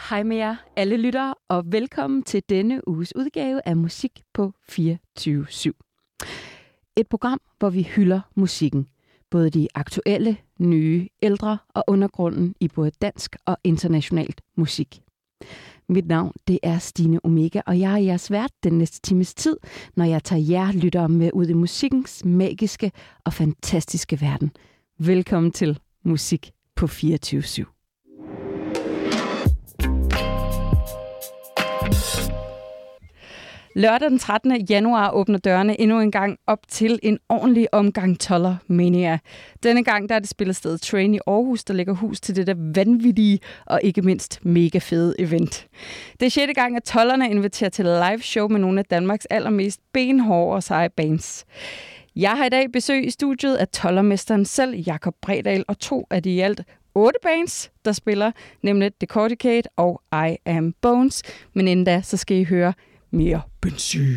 Hej med jer, alle lyttere, og velkommen til denne uges udgave af Musik på 24/7. Et program, hvor vi hylder musikken. Både de aktuelle, nye, ældre og undergrunden i både dansk og internationalt musik. Mit navn, det er Stine Omega, og jeg er jeres vært den næste times tid, når jeg tager jer lyttere med ud i musikkens magiske og fantastiske verden. Velkommen til Musik på 24/7. Lørdag den 13. januar åbner dørene endnu en gang op til en ordentlig omgang Tollermania. Denne gang der er det spillet sted Train i Aarhus, der lægger hus til det der vanvittige og ikke mindst mega fede event. Det er 6. gang, at Tollerne inviterer til live show med nogle af Danmarks allermest benhårde og seje bands. Jeg har i dag besøg i studiet af tollermesteren selv, Jakob Bredahl, og 2 af de i alt 8 bands, der spiller, nemlig Decorticate og I Am Bones. Men inden da, så skal I høre mere benzin.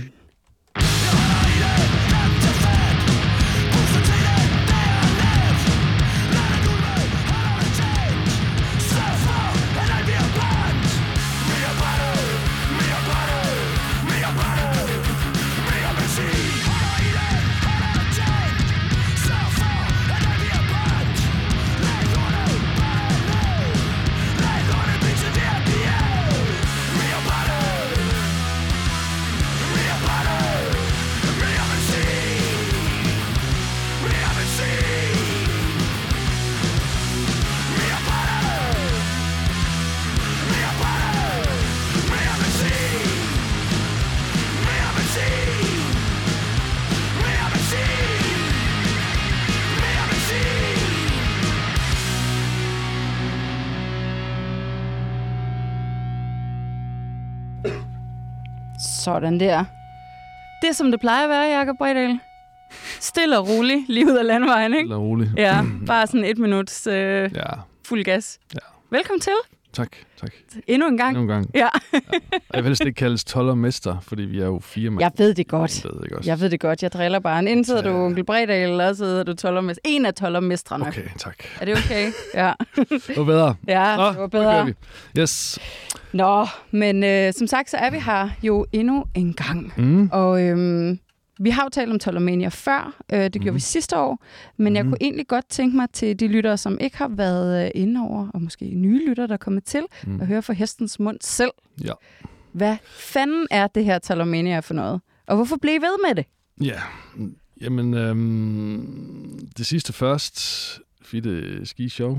Sådan der. Det er som det plejer at være, Jakob Bredahl. Stille og roligt, lige ud af landvejen, ikke? Stille og roligt. Ja, bare sådan 1 minuts fuld gas. Ja. Velkommen til. Tak. Endnu en gang. Ja. Og jeg vil helst ikke kaldes tollermester, fordi vi er jo 4 mand. Jeg ved det godt. Jeg driller bare. Enten sidder du onkel Bredahl, eller så sidder du tollermester. En af tollermestrene. Okay, tak. Er det okay? Ja. Det var bedre. Ja, det var bedre. Yes. Nå, men som sagt, så er vi her jo endnu en gang. Og vi har jo talt om Tollermania før. Det gjorde vi sidste år. Men jeg kunne egentlig godt tænke mig til de lyttere, som ikke har været inde over, og måske nye lyttere, der er kommet til, at høre fra hestens mund selv. Ja. Hvad fanden er det her Tollermania for noget? Og hvorfor blev I ved med det? Ja, jamen det sidste først, fordi det er skishow.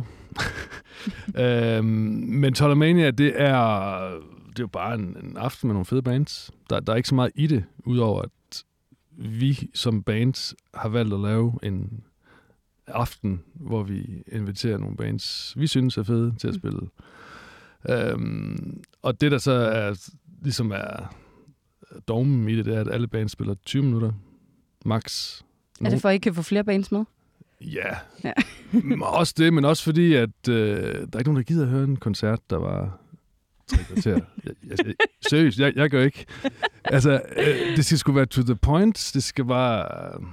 Men Tollermania, det er jo bare en aften med nogle fede bands. Der er ikke så meget i det, udover at vi som bands har valgt at lave en aften, hvor vi inviterer nogle bands, vi synes er fede til at spille. Og det, der så er, ligesom er dogmen i det, det er, at alle bands spiller 20 minutter, max. Er det for, at I kan få flere bands med? Ja. Også det, men også fordi, at der er ikke nogen, der gider at høre en koncert, der var 3 kvarter. Seriøst, jeg gør ikke. Altså, det skal sgu være to the point. Det skal bare,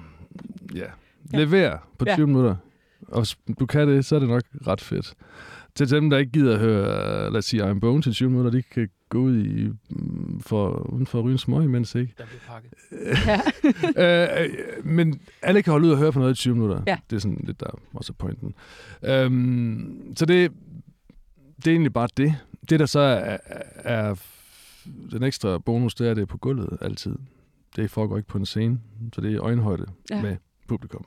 levere på 20 minutter. Og hvis du kan det, så er det nok ret fedt. Til dem, der ikke gider at høre, lad os sige, I Am Bones til 20 minutter, de kan gå ud uden for at ryge en smøg imens, ikke? Der bliver pakket. Men alle kan holde ud og høre på noget i 20 minutter. Ja. Det er sådan lidt der også pointen. Så det er egentlig bare det. Det, der så er den ekstra bonus, det er, det er på gulvet altid. Det foregår ikke på en scene, så det er øjenhøjde med publikum.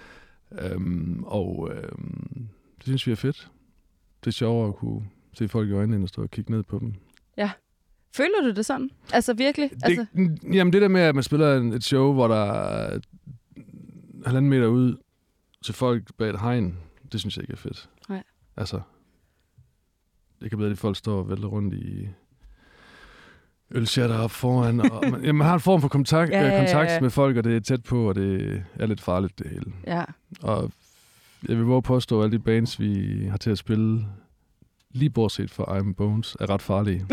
Det synes vi er fedt. Det er sjovere at kunne se folk i øjnene, end at stå og kigge ned på dem. Ja. Føler du det sådan? Altså virkelig? Jamen det der med, at man spiller et show, hvor der er 1,5 meter ud til folk bag et hegn, det synes jeg ikke er fedt. Nej. Altså, det kan være, at folk står og vælter rundt i ølshatter op foran. Og man har en form for kontakt med folk, og det er tæt på, og det er lidt farligt, det hele. Ja. Og jeg vil våge påstå, at alle de bands, vi har til at spille, lige bortset fra I Am Bones, er ret farlige.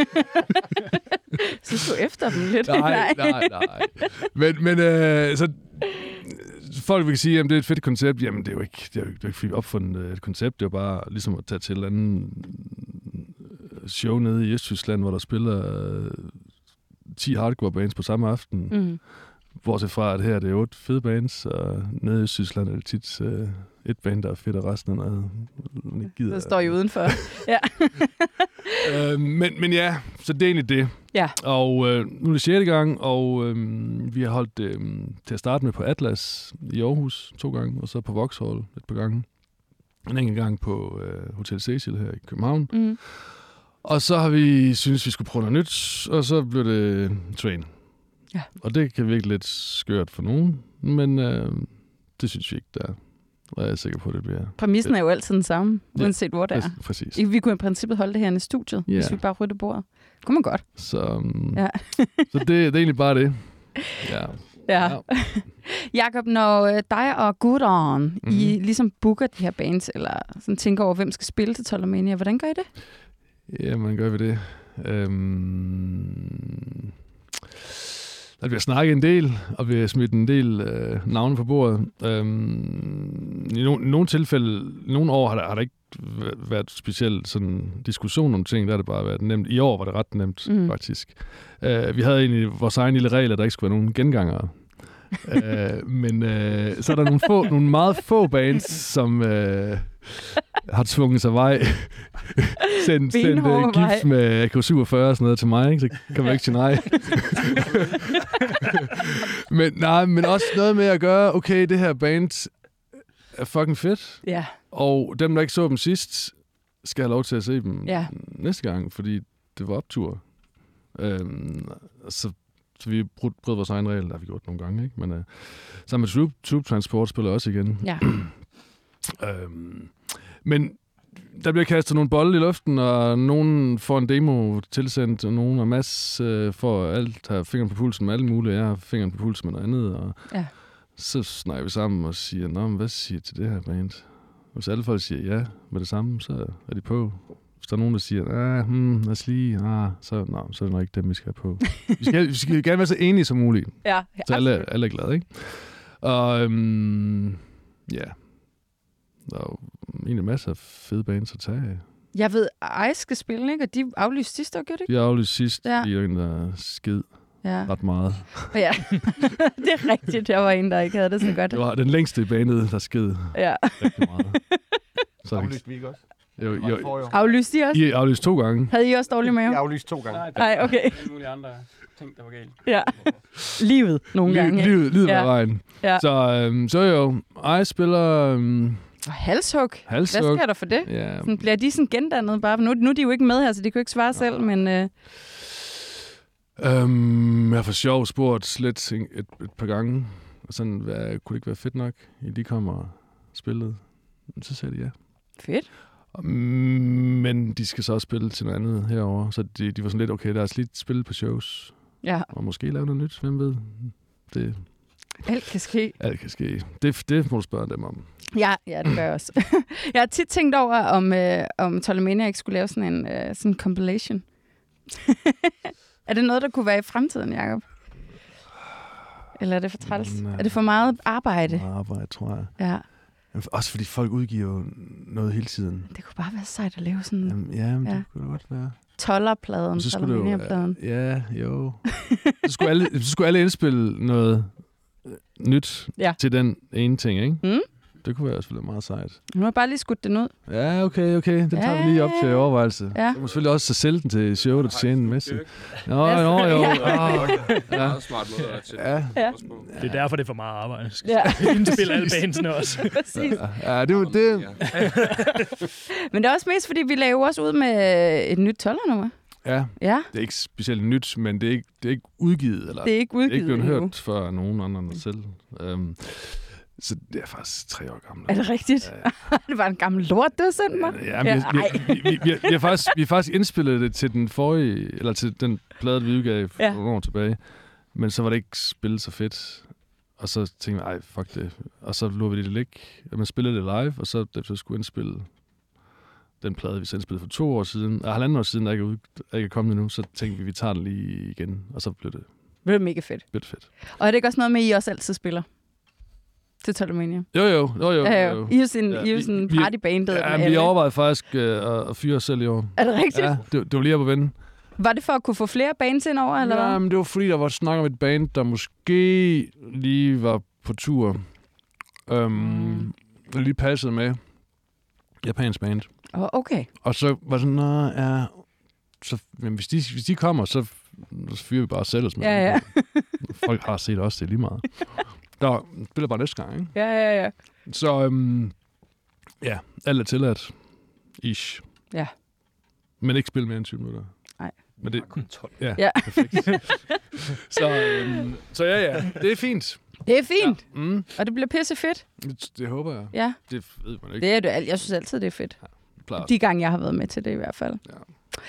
Så du efter dem lidt? Nej. Men så folk vil sige, at det er et fedt koncept. Jamen, det er jo ikke fordi vi opfundet et koncept. Det er jo bare ligesom at tage til et eller andet show nede i Østtyskland, hvor der spiller 10 hardcore bands på samme aften. Mm. Bortset fra, at her er det 8 fede bands, og nede i Østtyskland er det tit et band, der er fedt, og resten er noget, ikke gider. Så står I udenfor. Ja. Men ja, så det er egentlig det. Ja. Og nu er det 6. gang, og vi har holdt til at starte med på Atlas i Aarhus 2 gange, og så på Vauxhall et par gange. En enkelt gang på Hotel Cecil her i København. Mm. Og så har vi synes vi skulle prøve noget nyt, og så blev det Train. Ja. Og det kan virke lidt skørt for nogen, men det synes vi ikke, der er. Og jeg er sikker på, at det bliver... Præmissen er jo altid den samme, uanset hvor det er. Præcis. Vi kunne i princippet holde det her i studiet, hvis vi bare rydde bordet. Det kunne man godt. Så, så det er egentlig bare det. Ja. Jakob, når dig og Gudrun, I ligesom booker de her bands, eller sådan tænker over, hvem skal spille til Tullermania, hvordan gør I det? Jamen, gør vi det. Der bliver snakket en del, og vi har smidt en del navne på bordet. I nogle tilfælde, nogle år har der ikke været specielt sådan diskussion om ting, der har det bare været nemt. I år var det ret nemt, faktisk. Vi havde egentlig vores egen lille regel, at der ikke skulle være nogen gengangere. Men så er der nogle meget få bands, som har tvunget sig vej. sendt gift med AK-47 og sådan noget til mig, ikke? Så kan man ikke sige nej. men også noget med at gøre, okay, det her band er fucking fedt. Ja. Og dem, der ikke så dem sidst, skal have lov til at se dem næste gang, fordi det var optur. Så vi brød vores egen regel, der har vi gjort nogle gange, ikke? Men sammen med Troop Transport spiller også igen. Ja. Men der bliver kastet nogle bolde i luften, og nogen får en demo tilsendt, og nogen og Mads får alt, har fingeren på pulsen med alle mulige, jeg har fingeren på pulsen med noget andet, og så snakker vi sammen og siger, nå, men hvad siger I til det her band? Hvis alle folk siger ja med det samme, så er de på. Hvis der er nogen, der siger, lad os lige, så er det nok ikke dem, vi skal have på. Vi skal gerne være så enige som muligt. Ja, så alle er glade, ikke? Og ja, der er jo egentlig masser af fede bands at tage af. Jeg ved, Ice skal spille, ikke? Og de aflyste sidste år, gjorde det ikke? De aflyste sidst, fordi der er en, der skid ret meget. Ja, det er rigtigt. Der var en, der ikke havde det så godt. Det var den længste i banet, der skid rigtig meget. Aflyste vi ikke også? Jo. Aflyste I også? I aflyste 2 gange. Havde I også dårlig mave? I aflyste 2 gange. Nej, okay. Alle mulige andre ting, der var galt. Ja. Livet nogle gange. Livet var vejen. Ja. Så jo, Ice spiller... Halshug. Hvad sker der for det? Yeah. Sådan, bliver de sådan gendannet bare? Nu er de jo ikke med her, så de kan jo ikke svare selv, men... Jeg for sjov spurgt lidt et par gange, og sådan, kunne det ikke være fedt nok, at de kommer og spillede? Så sagde de ja. Fedt. Men de skal så også spille til noget andet herover, så de var sådan lidt, okay, lad os lige spille på shows. Ja. Og måske lave noget nyt, hvem ved? Alt kan ske. Alt kan ske. Det må du spørge dem om. Ja, det gør jeg også. Jeg har tit tænkt over, om Tullermania ikke skulle lave sådan en compilation. Er det noget, der kunne være i fremtiden, Jacob? Eller er det for træls? Er det for meget arbejde? Meget arbejde, tror jeg. Ja. Også fordi folk udgiver noget hele tiden. Det kunne bare være sejt at lave sådan... Jamen, det kunne det godt være. Tollerpladen, Tullermania-pladen. Ja, jo. Så skulle alle indspille noget nyt til den ene ting, ikke? Mm. Det kunne være selvfølgelig meget sejt. Nu har bare lige skudt den ud. Ja, okay. Den tager vi lige op til overvejelse. Ja. Så må selvfølgelig også sælge den til showet og tjene en masse. Jo. Det er meget smart måde at sætte Det er derfor, det er for meget arbejde. Indspille alle bandsene også. Præcis. Ja, det. Men det er også mest, fordi vi laver også ud med et nyt tollernummer. Ja, det er ikke specielt nyt, men det er ikke udgivet. Eller, det er ikke udgivet. Det er ikke blevet hørt for nogen andre end selv. Så det er faktisk 3 år gammel. Er det rigtigt? Det var en gammel lort, du sendte mig. Vi har faktisk indspillet det til den forrige, eller til den plade, vi udgav for nogle år tilbage. Men så var det ikke spillet så fedt. Og så tænkte jeg, fuck det. Og så lå vi det ligge. Man spillede det live, og så da vi skulle indspille den plade, vi så indspillede for 2 år siden, og 1,5 år siden, der ikke er kommet endnu, så tænkte vi tager den lige igen. Og så blev det... Det blev mega fedt. Fedt. Og er det ikke også noget med, at I også altid spiller? til Tolomania? Jo. I er sådan en partybandet. Ja, vi overvejede faktisk at fyre os selv i år. Er det rigtigt? Ja, det var lige op at vende. Var det for at kunne få flere bands ind over, eller hvad? Ja, men det var fordi, der var snak om et band, der måske lige var på tur. Der lige passede med. Japansk band. Okay. Og så var sådan, så, hvis de kommer, så fyrer vi bare selv. Ja. Folk har set også det lige meget. Der spiller bare næste gang, ikke? Ja. Så alt er tilladt. Ish. Ja. Men ikke spille mere end 20 minutter. Nej. Men det kun 12. Ja. Perfekt. så ja, det er fint. Det er fint. Ja. Og det bliver pisse fedt. Det håber jeg. Ja. Det ved man ikke. Det er det. Jeg synes altid, det er fedt. Ja, de gange, jeg har været med til det i hvert fald. Ja.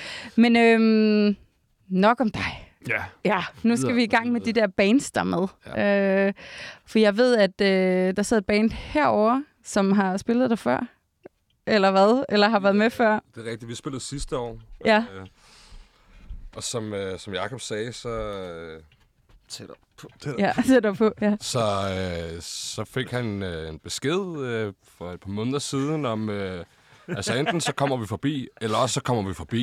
Men nok om dig. Ja. Ja, nu skal vi i gang med de der bands, der med. Ja. For jeg ved, at der sidder et band herovre, som har spillet der før. Eller hvad? Eller har været med før. Det er rigtigt. Vi spillede sidste år. Ja. Og som Jakob sagde, så... Tættere på. Ja. Så fik han en besked for et par måneder siden om... altså enten så kommer vi forbi, eller også så kommer vi forbi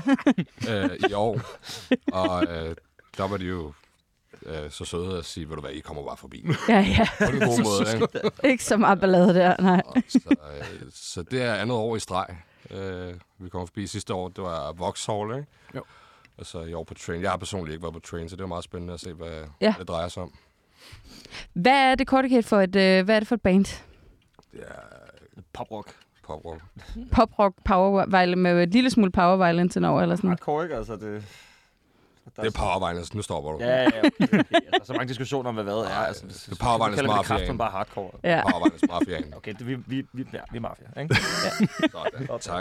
i år. Og der var de jo så søde at sige, ved du hvad, I kommer bare forbi. Ja. På en god måde, ikke? Ikke så meget ballade der, nej. Så det er andet år i streg. Vi kom forbi sidste år, det var Vauxhall, ikke? Jo. Og så i år på Train. Jeg har personligt ikke været på Train, så det var meget spændende at se, hvad det drejer sig om. Hvad er det Kordikat for hvad er det for et band? Det er poprock. Poprock, power violin med et lille smule power violin til over, eller sådan noget. Hardcore, ikke? Altså, det er power violin, nu stopper du. Ja. Okay. Der er så mange diskussioner om, hvad er. Altså, det er power violin mafia. Det bare hardcore. Ja. Power violin mafia. Okay, vi er mafia, ikke? Sådan, tak.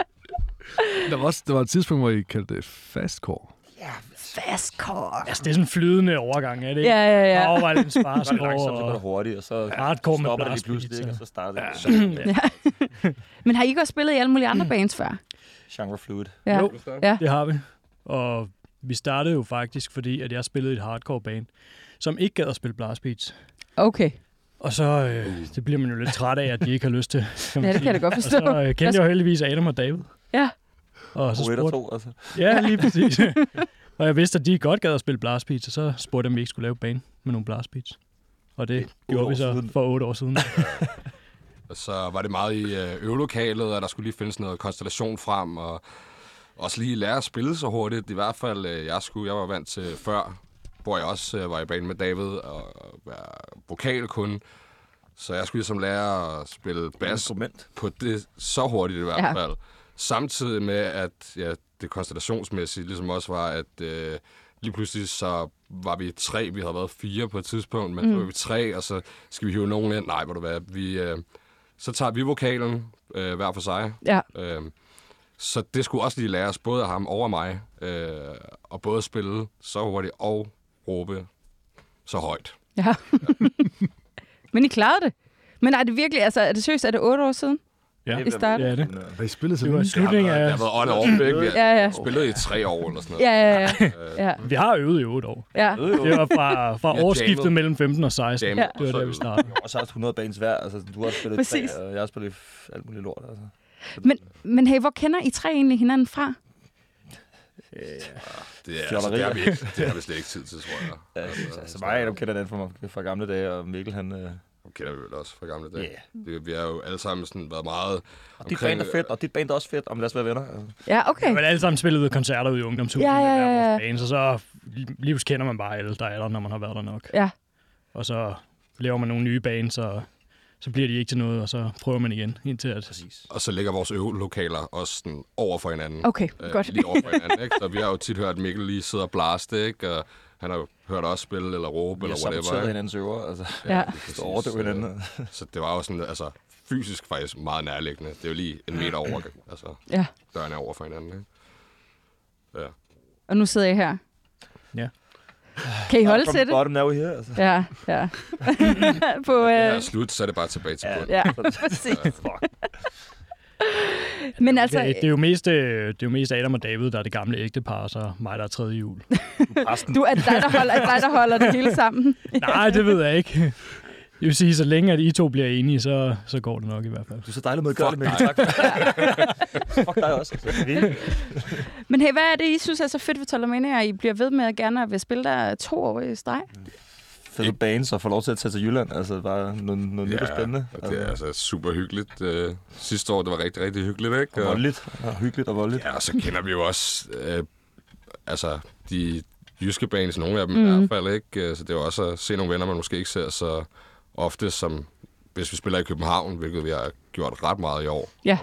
Der var et tidspunkt, hvor I kaldte det fastcore. Ja, fastcore. Altså, det er sådan en flydende overgang, er det ikke? Ja. Powerviolin, sparskår. Så er det langsomt, hurtigt, og så hardcore med blast pludselig, og så starter det. Ja. Men har I ikke også spillet i alle mulige andre bands før? Genre fluid. Ja. Jo, det har vi. Og vi startede jo faktisk, fordi at jeg spillede i et hardcore band, som ikke gad at spille blastbeats. Okay. Og så det bliver man jo lidt træt af, at de ikke har lyst til. Ja, det kan jeg da godt forstå. Og så kendte jeg jo heldigvis Adam og David. Ja. Og så spurgte... altså. Ja, lige præcis. Og jeg vidste, at de godt gad at spille blastbeats, og så spurgte jeg, om vi ikke skulle lave band med nogle blastbeats. Og det gjorde vi så for 8 år siden. Og så var det meget i øvelokalet, og der skulle lige findes noget konstellation frem, og også lige lære at spille så hurtigt. I hvert fald, jeg var vant til før, hvor jeg også var i band med David og være vokal kun. Så jeg skulle ligesom lære at spille bas på det så hurtigt i hvert fald. Samtidig med, at det konstellationsmæssigt ligesom også var, at lige pludselig så var vi 3, vi havde været 4 på et tidspunkt, men så var vi 3, og så skal vi hive nogen ind. Nej, ved du hvad, så tager vi vokalen hver for sig. Ja. Så det skulle også lige læres, både af ham og mig, og både spille så hurtigt og råbe så højt. Ja. Men I klarede det. Men er det virkelig, altså er det seriøst, er det 8 år siden? Ja, I startede? Ja, det. Har I spillet Det var slutningen af... Jeg har været on og off, ikke? Vi har spillet i 3 år eller sådan noget. Ja. Vi har øvet i 8 år. Ja. Det var fra årsskiftet mellem 15 og 16. Jamet. Det var der, vi startede. Og så har 100 bands hver. Altså, du har spillet Præcis. 3, og jeg har spillet alt muligt lort. Altså. Men hey, hvor kender I 3 egentlig hinanden fra? Det har vi slet ikke tid til, tror jeg. Altså mig og Adam kender den fra gamle dage, og Mikkel han... Dem kender vi vel også fra gamle dage. Yeah. Vi har jo alle sammen sådan været meget... Og dit band er fedt, og dit band er også fedt, om lad os være venner. Altså. Ja, okay. Vi har alle sammen spillet koncerter ude i ungdomshuset. Ja. Så så lige kender man bare alle, der er der, når man har været der nok. Ja. Og så laver man nogle nye bands, og så bliver de ikke til noget, og så prøver man igen, indtil at... Præcis. Og så ligger vores øvelokaler også sådan over for hinanden. Okay, godt. Lige over for hinanden, ikke? Så vi har jo tit hørt Mikkel lige sidde og blaste, ikke? Og han har jo hørt os spille eller råbe eller whatever. Vi har hinandens øver, altså. Ja. Så overdøver hinanden. Så det var jo sådan, altså fysisk faktisk meget nærliggende. Det er jo lige en meter over, altså dørene er over for hinanden, ikke? Ja. Og nu sidder jeg her. Ja. Kan I holde til det? Bottom now here, altså. Ja. På, det er slut, så er det bare tilbage til bunden. Ja, præcis. Men altså... Det er jo mest Adam og David, der er det gamle ægtepar, så mig, der er tredje jul. Du er dig, der holder det hele sammen. Nej, det ved jeg ikke. Jeg vil sige, så længe at I to bliver enige, så går det nok i hvert fald. Du er så dejlig med at gøre det, men tak. Fuck dig også. Men hey, hvad er det, I synes er så fedt ved Tollermania, at I bliver ved med at gerne vil spille der 2 år i streg? Fede bands og få lov til at tage til Jylland. Altså bare noget nyt og spændende. Og det er altså super hyggeligt. Sidste år, det var rigtig, rigtig hyggeligt, ikke? Og voldeligt. Og hyggeligt og voldeligt. Ja, og så kender vi jo også de jyske bands, nogle af dem i hvert fald, ikke? Så det er jo også at se nogle venner, man måske ikke ser så ofte, som hvis vi spiller i København, hvilket vi har gjort ret meget i år. Ja.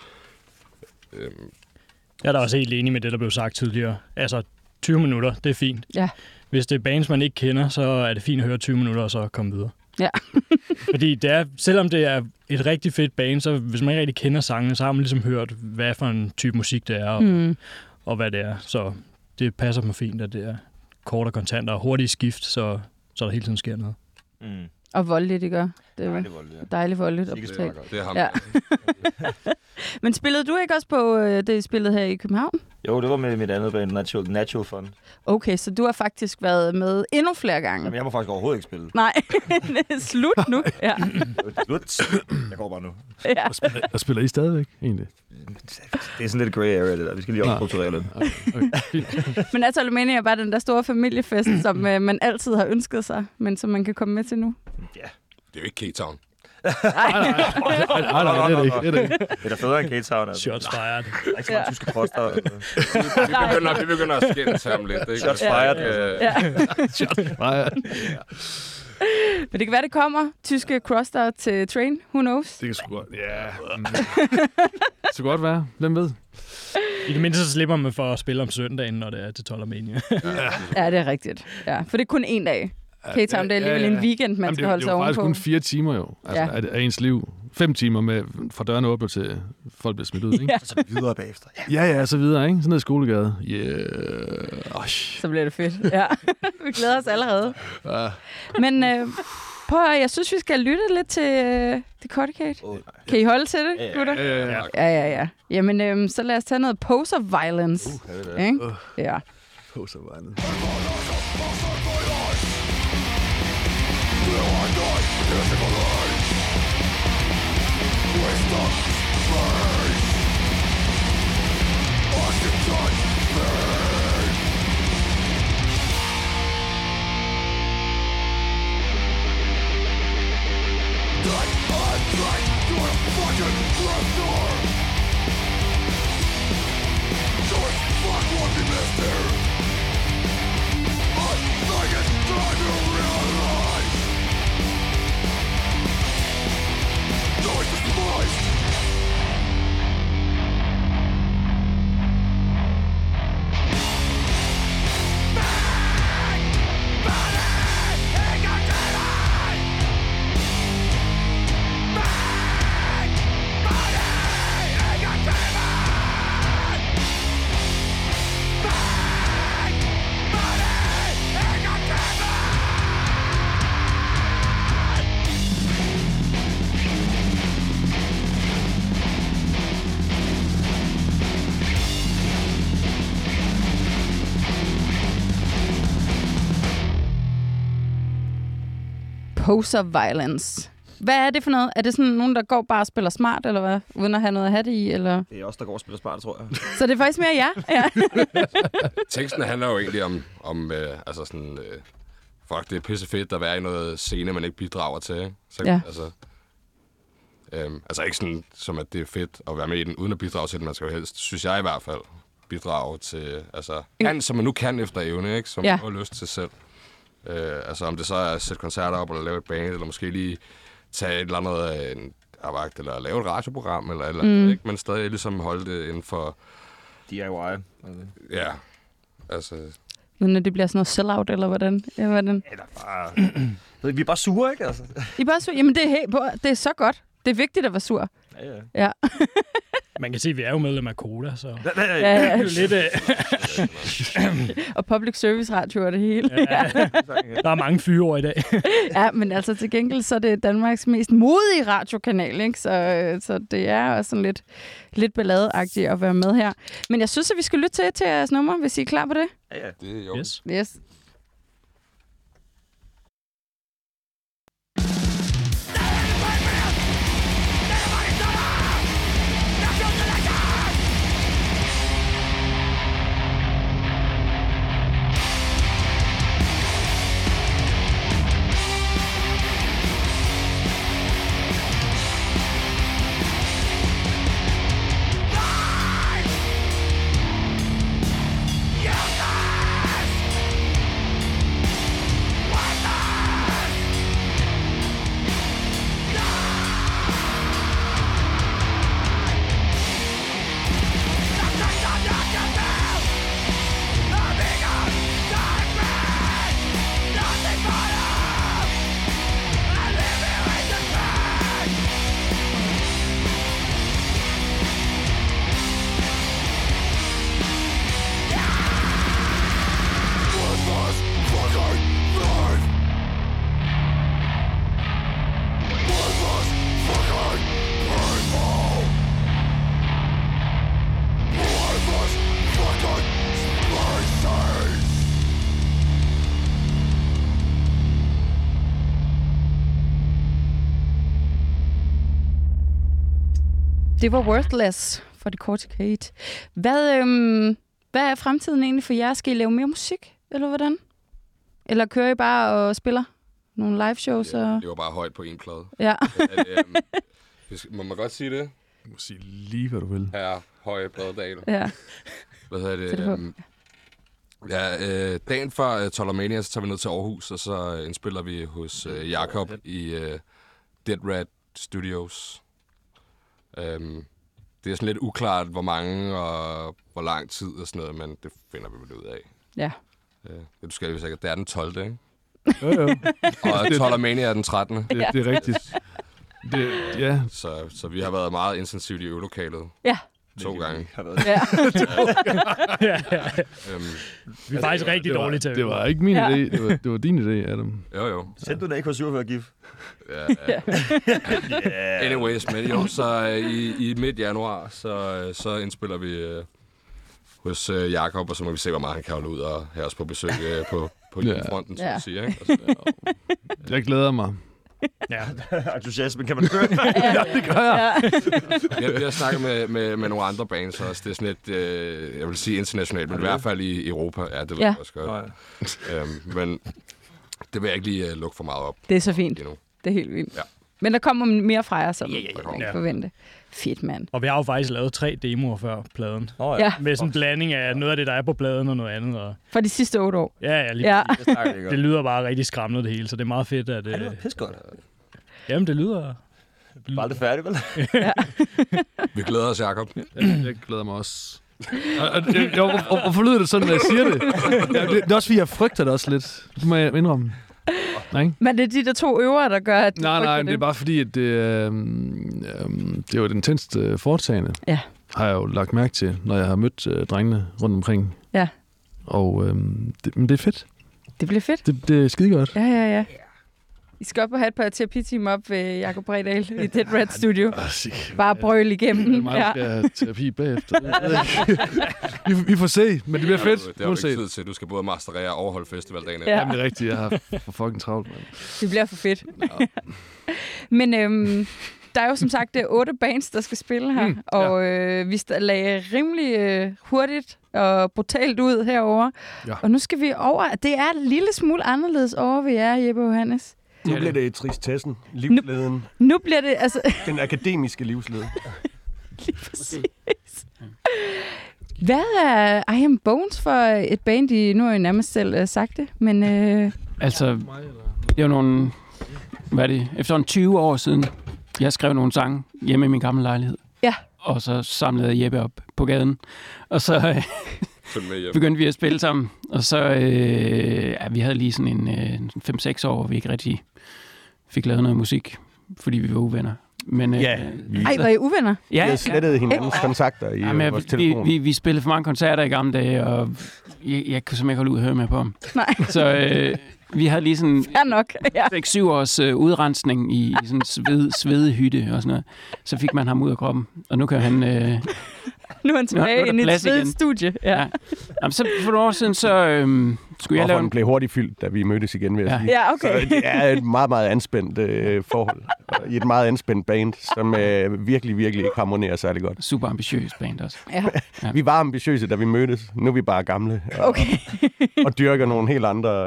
Jeg er da også helt enig med det, der blev sagt tidligere. Altså, 20 minutter, det er fint. Ja. Hvis det er bands, man ikke kender, så er det fint at høre 20 minutter, og så komme videre. Ja. Fordi det er, selvom det er et rigtig fedt band, så hvis man ikke rigtig kender sangene, så har man ligesom hørt, hvad for en type musik det er, og hvad det er. Så det passer mig fint, at det er kort og kontant og hurtigt skift, så der hele tiden sker noget. Mm. Og voldeligt, det gør. Det er dejligt voldeligt. Det er ham. Ja. Men spillede du ikke også på det, I spillede her i København? Jo, det var med mit andet band, Natural Fun. Okay, så du har faktisk været med endnu flere gange. Jamen, jeg må faktisk overhovedet ikke spille. Nej, slut nu. Ja. Slut. Jeg går bare nu. Ja. Og spiller I stadigvæk, egentlig? Det er sådan lidt grey area, det der. Vi skal lige opstrukturere lidt. Okay. Men altså, Alumania er bare den der store familiefest, som man altid har ønsket sig, men som man kan komme med til nu. Ja. Det er jo ikke K-Town. Nej, det er det ikke. Det er da federe end K-Town. Altså. Shots fired. Der er ikke så mange tyske poster. Vi begynder at skændes ham lidt. Ikke? Shots fired. Ja. Shots fired. Men det kan være, det kommer. Tyske Crosstar til Train. Who knows? Det kan sgu godt. Ja. Det skal godt være. Hvem ved? I det mindste så slipper man for at spille om søndagen, når det er til Tollermania. Ja, det er rigtigt. Ja, for det er kun en dag. K-Town, det er alligevel en weekend, man skal holde sig ovenpå. Det er faktisk kun 4 timer jo, altså, af ens liv. 5 timer med fra dørene åbner til folk bliver smidt ud, ikke? Ja. Og så videre bagefter. Ja, så videre, ikke? Sådan noget skolegade. Så bliver det fedt. Ja, vi glæder os allerede. Men jeg synes, vi skal lytte lidt til Corticate. Kan I holde til det, gutter? Ja. Jamen, så lad os tage noget Poser Violence. Ikke? Ja. Poser Violence. Poser Violence. Hvad er det for noget? Er det sådan nogen, der går bare og spiller smart, eller hvad? Uden at have noget at have det i, eller? Det er også der går og spiller smart, tror jeg. Så det er faktisk mere jer? Ja. Teksten handler jo egentlig om altså sådan... fuck, det er pisse fedt at være i noget scene, man ikke bidrager til, ikke? Så, ja. Altså ikke sådan, som at det er fedt at være med i den, uden at bidrage til den. Man skal jo helst, synes jeg i hvert fald, bidrage til... Altså, som man nu kan efter evne, ikke? Som man har lyst til selv. Altså om det så er at sætte koncerter op, eller lave et band, eller måske lige tage et eller andet en arbejde, eller lave et radioprogram, eller ikke? Men stadig ligesom holde det inden for... DIY. Ja, altså... Uden at det bliver sådan noget sell-out, eller hvordan? Ja, hvordan? Eller bare... Vi er bare sure, ikke? Altså. I er bare sure? Jamen, det er så godt. Det er vigtigt at være sur. Ja. Man kan se, at vi er jo medlem af Koda, så ja. Det er jo lidt... og public service radio og det hele. Ja. Der er mange fyre i dag. Ja, men altså til gengæld, så er det Danmarks mest modige radiokanal, ikke? Så det er også sådan lidt balladeagtigt at være med her. Men jeg synes, at vi skal lytte til jeres nummer, hvis I er klar på det. Ja. Det er jo. Yes. Det var Worthless for Decorticate. Hvad er fremtiden egentlig for jer? Skal I lave mere musik, eller hvordan? Eller kører I bare og spiller nogle live shows? Det var bare højt på en plade. Ja. Må man godt sige det? Du må sige lige, hvad du vil. Ja, høje pladedal. Ja. Hvad hedder det? Dagen før Tollermania, så tager vi ned til Aarhus, og så indspiller vi hos Jakob i Dead Rat Studios. Det er sådan lidt uklart, hvor mange og hvor lang tid og sådan noget, men det finder vi vel ud af. Ja. Du skal jo sikkert. Det er den 12. ikke? Jo. Og Tollermania er den 13. Det er rigtigt. Ja. Så vi har været meget intensivt i øvelokalet. Ja. 2 gange. Ja. Vi er faktisk rigtig dårlige til at Det var ikke min idé. Det var din idé, Adam. Jo. Sendte du da ikke hos 47 GIF? Ja. Anyways, men jo, så i midt januar, så indspiller vi hos Jakob, og så må vi se, hvor meget han kan holde ud og have os på besøg på fronten, som du siger. Ikke? Jeg glæder mig. Ja. Entusiasmen kan man høre. Ja, det gør jeg. Vi har snakket med nogle andre bands også. Det er sådan lidt, jeg vil sige internationalt, men i hvert fald i Europa. Ja, det ved jeg også godt. Men det vil jeg ikke lige lukke for meget op. Det er så fint. Endnu. Det er helt vildt. Ja. Men der kommer mere fra jer, som man kan Ja. forvente. Fedt, mand. Og vi har jo faktisk lavet 3 demoer før pladen. Ja. Med sådan en blanding af noget af det, der er på pladen og noget andet. Og For de sidste 8 år. ja, lige Ja. det lyder bare rigtig skræmmende det hele, så det er meget fedt, at... Det var pissegodt. Jamen, det lyder... Bare aldrig færdig, vel? Vi glæder os, Jakob. Jeg glæder mig også. Hvorfor lyder det sådan, når jeg siger det? Det er også fordi, jeg frygter det også lidt. Det må jeg indrømme. Nej. Men det er de der 2 øver, der gør, at du Nej, det er bare fordi, at det er jo et intenst foretagende. Ja. Har jeg jo lagt mærke til, når jeg har mødt drengene rundt omkring. Ja. Og men det er fedt. Det bliver fedt. Det er skidegodt. Ja. I skal op og have et par terapiteam op ved Jakob Bredal i Dead Rat Studio. Bare brøl igennem. Det er mig, der skal have terapi bagefter. vi får se, men det bliver fedt. Det har du ikke tid til. Du skal både masterere og holde festivaldagen. Ja. Jamen, det er rigtigt. Jeg har for fucking travlt, mand. Det bliver for fedt. Ja. Men der er jo som sagt 8 bands, der skal spille her. Og vi lagde rimelig hurtigt og brutalt ud herover. Ja. Og nu skal vi over. Det er en lille smule anderledes over ved jer, Jeppe og Johannes. Nu bliver det tristessen, livsleden. Nu bliver det altså... Den akademiske livslede. Lige præcis. Hvad er I Am Bones for et band, I nu har I nærmest selv sagt det, men... Altså, det er jo nogle... Hvad er det? Efter 20 år siden, jeg skrev nogle sange hjemme i min gamle lejlighed. Ja. Og så samlede jeg Jeppe op på gaden. Og så begyndte vi at spille sammen. Og så... vi havde lige sådan en 5-6 år, hvor vi ikke rigtig fik lavet noget musik, fordi vi var uvenner. Men, var I uvenner? Vi havde slettet hinandens kontakter i vores telefon. Vi spillede for mange koncerter i gamle dage, og jeg kunne simpelthen ikke holde ud at høre med på ham. Nej. Så vi havde lige sådan 6-7 års udrensning i sådan en svedehytte og sådan noget. Så fik man ham ud af kroppen, og nu kan han... Nu er han tilbage i et svedigt studie. Ja. Jamen, så for nogle år siden, så skulle jeg lave... Den blev hurtigt fyldt, da vi mødtes igen, vil jeg sige. Ja, okay. Så det er et meget, meget anspændt forhold. I et meget anspændt band, som virkelig, virkelig ikke harmonerer særlig godt. Super ambitiøs band også. Ja. Vi var ambitiøse, da vi mødtes. Nu er vi bare gamle. Og dyrker nogle helt andre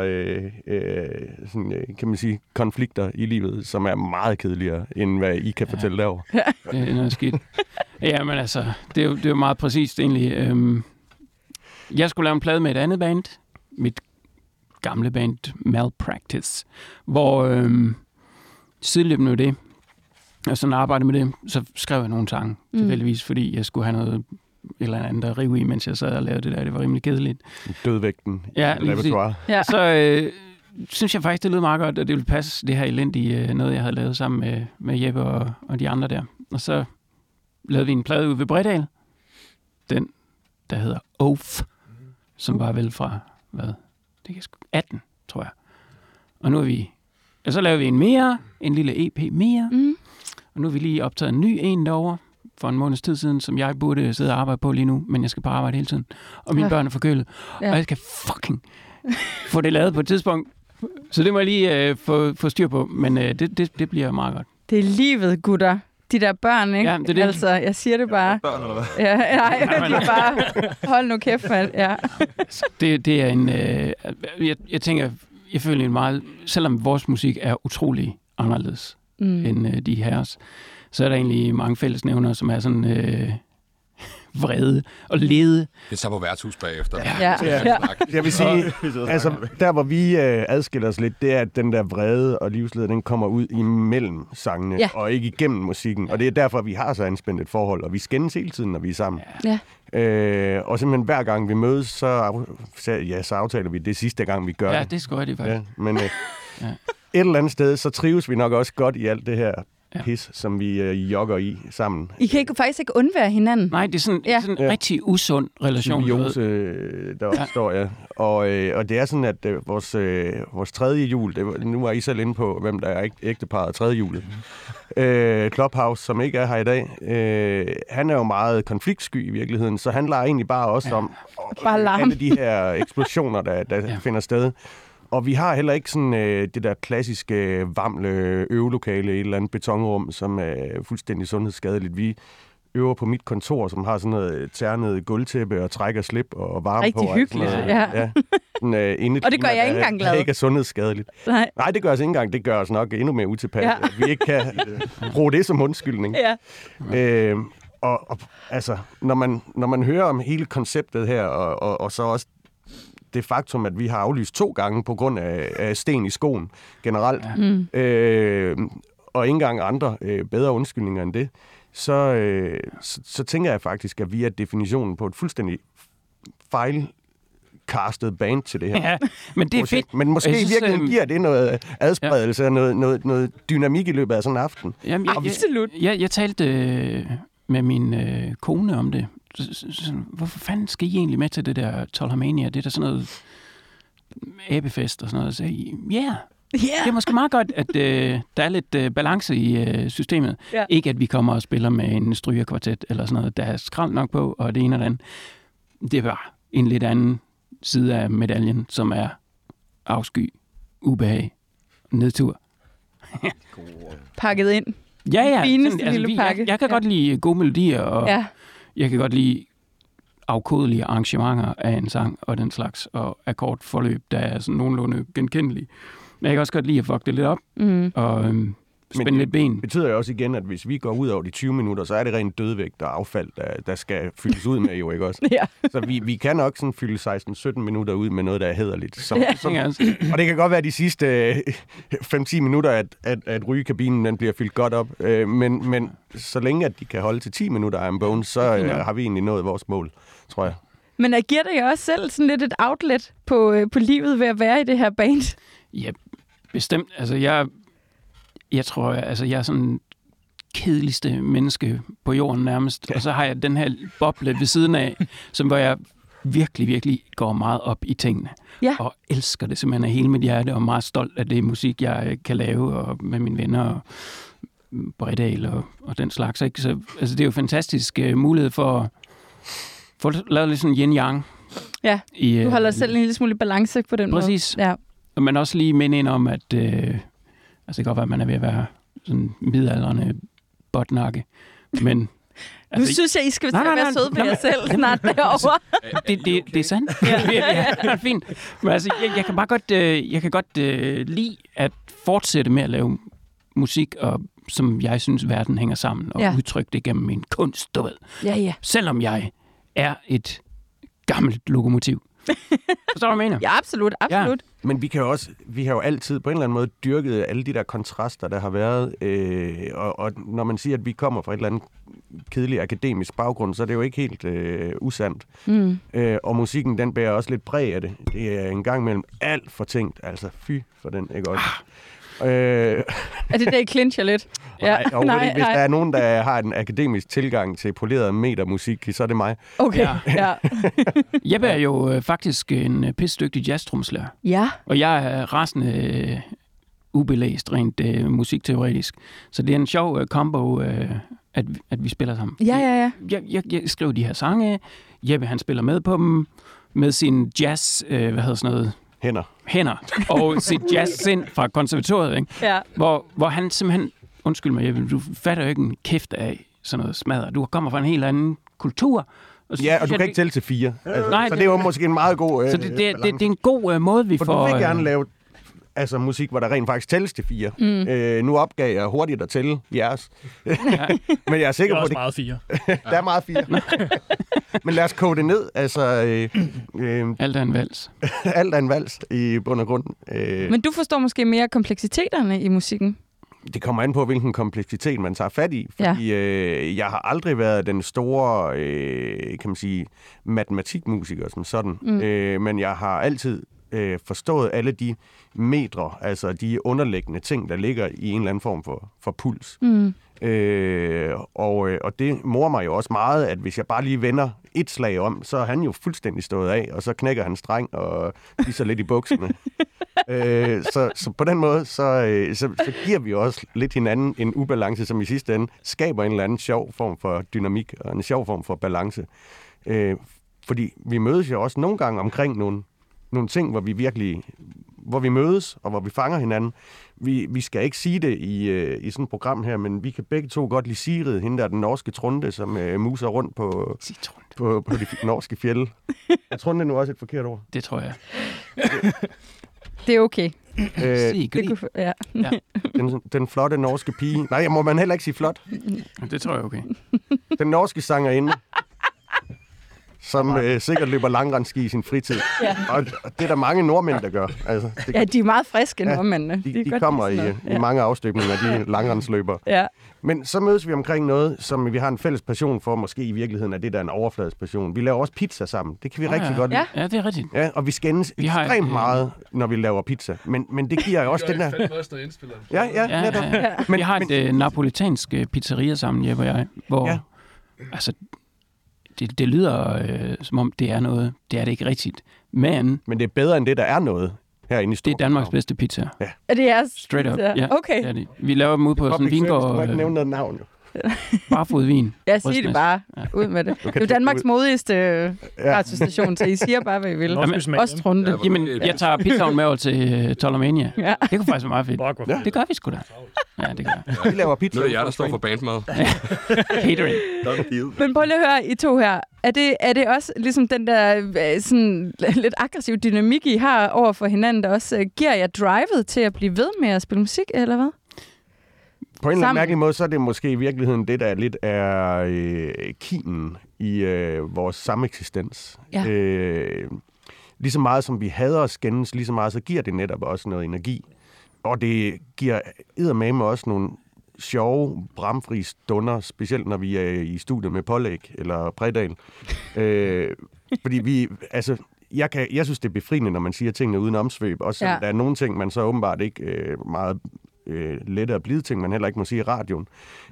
sådan, kan man sige, konflikter i livet, som er meget kedeligere, end hvad I kan fortælle derovre. Det er noget skidt. Ja, men altså, det er jo meget præcist egentlig. Jeg skulle lave en plade med et andet band, mit gamle band Malpractice, hvor sideløbende med det, og sådan arbejdede med det, så skrev jeg nogle sange, tilfældigvis, fordi jeg skulle have noget et eller andet at rive i, mens jeg sad og lavede det der. Det var rimelig kedeligt. Dødvægten. Ja, ja. Så synes jeg faktisk, det lød meget godt, og det ville passe det her elendige noget, jeg havde lavet sammen med Jeppe og de andre der. Og så lavede vi en plade ude ved Bredal. Den, der hedder Oath, som var vel fra, det kan 18, tror jeg. Og nu er vi... Og så lavede vi en lille EP mere. Og nu er vi lige optaget en ny en derovre for en måneds tid siden, som jeg burde sidde og arbejde på lige nu, men jeg skal på arbejde hele tiden. Og mine børn er forkølet. Ja. Og jeg skal fucking få det lavet på et tidspunkt. Så det må jeg lige få styr på, men det bliver meget godt. Det er livet, gutter. De der børn, ikke? Ja, det er det. Altså, jeg siger det bare. Børn, eller hvad? Ja, nej, de er bare... Hold nu kæft, mand. Ja. Det er en... Jeg tænker, jeg føler en meget... Selvom vores musik er utrolig anderledes end de herres, så er der egentlig mange fællesnævner, som er sådan... vrede og lede. Det tager på værtshus bagefter. Ja. Jeg vil sige, altså, der hvor vi adskiller os lidt, det er, at den der vrede og livslede, den kommer ud imellem sangene, og ikke igennem musikken. Og det er derfor, vi har så anspændt et forhold, og vi skændes hele tiden, når vi er sammen. Ja. Og simpelthen hver gang vi mødes, så aftaler vi det sidste gang, vi gør det. Ja, det skal det faktisk. Ja, men et eller andet sted, så trives vi nok også godt i alt det her pis, som vi jogger i sammen. I kan faktisk ikke undvære hinanden. Nej, det er sådan en rigtig usund relation. Symbiose, der opstår, ja. Og det er sådan, at vores tredje jul, nu er I selv inde på, hvem der er ægteparret tredje julet. Clubhouse, som ikke er her i dag, han er jo meget konfliktsky i virkeligheden, så han lader egentlig bare også om alle de her eksplosioner, der finder sted. Og vi har heller ikke sådan det der klassiske vamle øvelokale i et eller andet betonrum, som er fuldstændig sundhedsskadeligt. Vi øver på mit kontor, som har sådan noget ternet gulvtæppe og træk og slip og varme rigtig på. Rigtig hyggeligt, ja. Og det gør jeg ikke engang glad. Det ikke er sundhedsskadeligt. Nej, det gør os ikke engang. Det gør os nok endnu mere utilpas, at vi ikke kan bruge det som undskyldning. Ja. Og altså, når man hører om hele konceptet her, og så også det faktum, at vi har aflyst 2 gange på grund af sten i skoen generelt, og ikke engang andre bedre undskyldninger end det, så tænker jeg faktisk, at vi er definitionen på et fuldstændig fejlcastet band til det her. Ja, men det er projekt. fedt. Men måske i virkeligheden giver det noget adspredelse og noget dynamik i løbet af sådan en aften. Jamen, absolut. Jeg talte med min kone om det. Hvorfor fanden skal I egentlig med til det der Tollermania? Det er der sådan noget æbefest og sådan noget. Så det er måske meget godt, at der er lidt balance i systemet. Yeah. Ikke at vi kommer og spiller med en strygerkvartet eller sådan noget, der er skrald nok på, og det ene og det andet. Det er bare en lidt anden side af medaljen, som er afsky, ubehag, nedtur. Pakket ind. Ja. Fineste lille pakke. Jeg kan godt lide gode melodier, og jeg kan godt lide afkodelige arrangementer af en sang og den slags, og akkordforløb, der er sådan nogenlunde genkendelige. Men jeg kan også godt lide at fuck det lidt op, og spænde lidt ben. Det betyder jo også igen, at hvis vi går ud over de 20 minutter, så er det rent dødvægt og affald, der skal fyldes ud med, jo ikke også? Så vi kan nok sådan fylde 16-17 minutter ud med noget, der er hæderligt. Og det kan godt være de sidste 5-10 minutter, at rygekabinen den bliver fyldt godt op. Men så længe, at de kan holde til 10 minutter I'm Bones, så har vi egentlig nået vores mål, tror jeg. Men giver det jo også selv sådan lidt et outlet på livet ved at være i det her band? Ja, bestemt. Altså, jeg tror, jeg er sådan kedeligste menneske på jorden nærmest. Og så har jeg den her boble ved siden af, hvor jeg virkelig, virkelig går meget op i tingene. Ja. Og elsker det simpelthen af hele mit hjerte, og er meget stolt af det musik, jeg kan lave og med mine venner og Bredal og den slags. Ikke? Så altså, det er jo fantastisk mulighed for at få lavet lidt sådan yin-yang. Ja, du holder selv en lille smule balance på den måde. Præcis. Ja. Og man også lige minde ind om, at altså det kan godt være, at man er ved at være sådan midaldrende botnakke, men... Nu synes jeg, I skal være søde ved jer selv snart derovre. Det er sandt. Det er fint. Men altså, jeg kan godt lide at fortsætte med at lave musik, og som jeg synes, verden hænger sammen, og udtrykke det gennem min kunst, du ved. Ja. Selvom jeg er et gammelt lokomotiv. Forstår du, hvad jeg mener? Ja, absolut. Ja. Men vi har jo altid på en eller anden måde dyrket alle de der kontraster, der har været. Og når man siger, at vi kommer fra et eller andet kedelig akademisk baggrund, så er det jo ikke helt usandt. Og musikken, den bærer også lidt præg af det. Det er en gang imellem alt for tænkt. Altså, fy for den, ikke også? Er det der, I clincher lidt? Nej, hvis der er nogen, der har en akademisk tilgang til poleret metermusik, så er det mig. Okay, ja. Jeppe er jo faktisk en pissedygtig jazztromslærer. Ja. Og jeg er rasende ubelæst rent musikteoretisk. Så det er en sjov combo, at vi spiller sammen. Ja. Jeg skriver de her sange. Jeppe, han spiller med på dem med sin jazz, hænder og sit jazzsind fra konservatoriet, ikke? Ja. Hvor han simpelthen undskyld mig, Jeppe, du fatter jo ikke en kæft af sådan noget smadder. Du kommer fra en helt anden kultur. Ja, og du kan ikke tælle til 4. Altså, nej, så det er jo måske en meget god så det er en god måde, vi får... får... du vil gerne lave musik, hvor der rent faktisk tælles til 4. Nu opgav jeg hurtigt at tælle jeres. Men jeg er sikker på, det er også meget 4. Der er meget 4. Men lad os koge det ned. Altså, alt er en vals. Alt er en vals i bund og grund. Men du forstår måske mere kompleksiteterne i musikken? Det kommer an på, hvilken kompleksitet man tager fat i. Fordi jeg har aldrig været den store, kan man sige, matematikmusiker som sådan. Men jeg har altid forstået alle de metre, altså de underliggende ting, der ligger i en eller anden form for puls. Og det morer mig jo også meget, at hvis jeg bare lige vender et slag om, så er han jo fuldstændig stået af, og så knækker han streng og viser lidt i bukserne. Så på den måde, så giver vi også lidt hinanden en ubalance, som i sidste ende skaber en eller anden sjov form for dynamik og en sjov form for balance. Fordi vi mødes jo også nogle gange omkring nogle ting, hvor vi mødes, og hvor vi fanger hinanden. Vi skal ikke sige det i sådan et program her, men vi kan begge to godt lide Sigrid, hende der den norske Trunde, som muser rundt på de norske fjelde. Er Trunde nu også et forkert ord? Det tror jeg. Det er okay. Den flotte norske pige. Nej, må man heller ikke sige flot. Det tror jeg okay. Den norske sangerinde, som sikkert løber langrendski i sin fritid. Ja. Og det er der mange nordmænd, der gør. Altså, de er meget friske, nordmændene. De kommer i mange afstøbninger, de langrendsløber. Ja. Men så mødes vi omkring noget, som vi har en fælles passion for, måske i virkeligheden er det, der er en overfladisk passion. Vi laver også pizza sammen. Det kan vi rigtig godt lide. Ja, det er rigtigt. Ja, og vi skændes ekstremt meget, når vi laver pizza. Men det giver jo også den der... Ja. Men vi har et napolitansk pizzeria sammen, Jeppe og jeg, hvor... Altså, det lyder, som om det er noget. Det er det ikke rigtigt. Men det er bedre end det, der er noget herinde i Storkøbenhavn. Det er Danmarks bedste pizza. Ja. Er det jeres? Straight up. Ja. Okay. Det er det. Vi laver dem ud på sådan en vingård. Du må ikke nævne noget navn, jo. Barfodvin. Ja, sig det bare. Ud med det. Det er jo Danmarks modigste radiostation, så I siger bare, hvad I vil. Også Trunde. Jamen, jeg tager pizzaen med over til Tollermania. Ja. Det kunne faktisk være meget fedt. Ja. Det gør vi sgu da. Ja, det gør vi. laver pizza. Nu er det jer, der står for bandmad. Catering. Men prøv lige at høre, I to her. Er det også ligesom den der sådan lidt aggressiv dynamik, I har over for hinanden, der også giver jer drivet til at blive ved med at spille musik, eller hvad? På en eller anden mærkelig måde, så er det måske i virkeligheden det, der lidt er kimen i vores sameksistens. Ja. Lige så meget som vi hader at skændes, lige så meget så giver det netop også noget energi. Og det giver eddermame også nogle sjove, bramfri stunder, specielt når vi er i studiet med Pålæg eller Bredal. Fordi jeg synes, det er befriende, når man siger tingene uden omsvøb. Også der er nogle ting, man så åbenbart ikke meget lette og blide ting, man heller ikke må sige i radioen.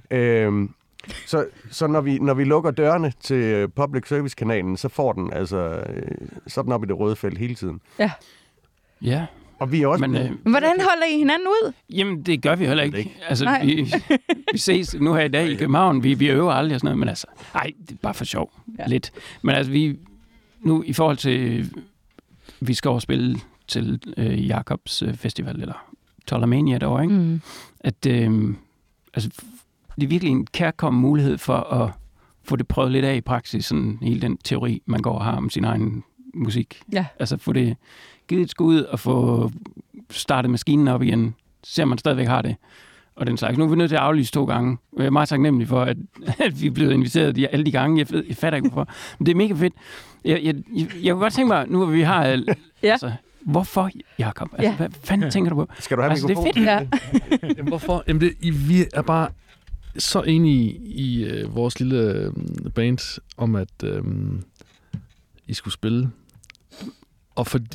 Så når vi lukker dørene til public service-kanalen, så får den sådan op i det røde felt hele tiden. Ja. Ja. Og vi er også... Hvordan holder I hinanden ud? Jamen, det gør vi heller ikke. Altså, vi ses nu her i dag i København. Vi øver aldrig og sådan noget, men altså... Nej, det er bare for sjov. Ja. Lidt. Men altså, vi... Nu i forhold til... Vi skal overspille til Jakobs Festival, eller Tollermania derovre, ikke? Mm. At... altså, det er virkelig en kærkommen mulighed for at få det prøvet lidt af i praksis, sådan hele den teori, man går og har om sin egen musik. Ja. Altså, få det givet et skud og få startet maskinen op igen, ser man stadigvæk har det. Og den slags. Nu er vi nødt til at aflyse 2 gange. Jeg er meget taknemmelig for, at vi er blevet inviteret alle de gange. Jeg fatter ikke hvorfor. Men det er mega fedt. Jeg kunne godt tænke mig, nu hvor vi har... altså, hvorfor, Jakob? Altså, hvad fanden tænker du på? Skal du have mikrofon? Det er fedt. Jamen, hvorfor? Jamen, vi er bare så enige i vores lille band om, at I skulle spille. Og fordi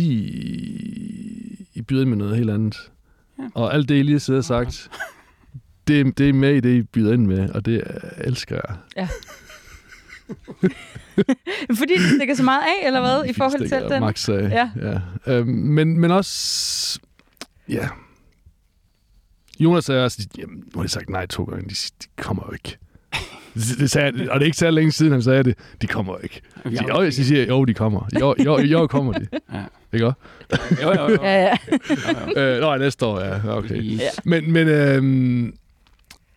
I byder ind med noget helt andet. Ja. Og alt det, I lige har sagt, det er med i det, I byder ind med, og det elsker jeg. Ja. Fordi det stikker så meget af, eller hvad, i forhold til den? Max af, ja. Men også, ja. Jonas sagde også, nu har de sagt nej 2 gange, de kommer jo ikke. Det sagde, og det er ikke så længe siden, han sagde det. De kommer ikke. De siger, jo, de kommer. Jo, kommer de. Ja. Ikke også? Jo. Ja. Næste år, ja. Okay. Ja. Men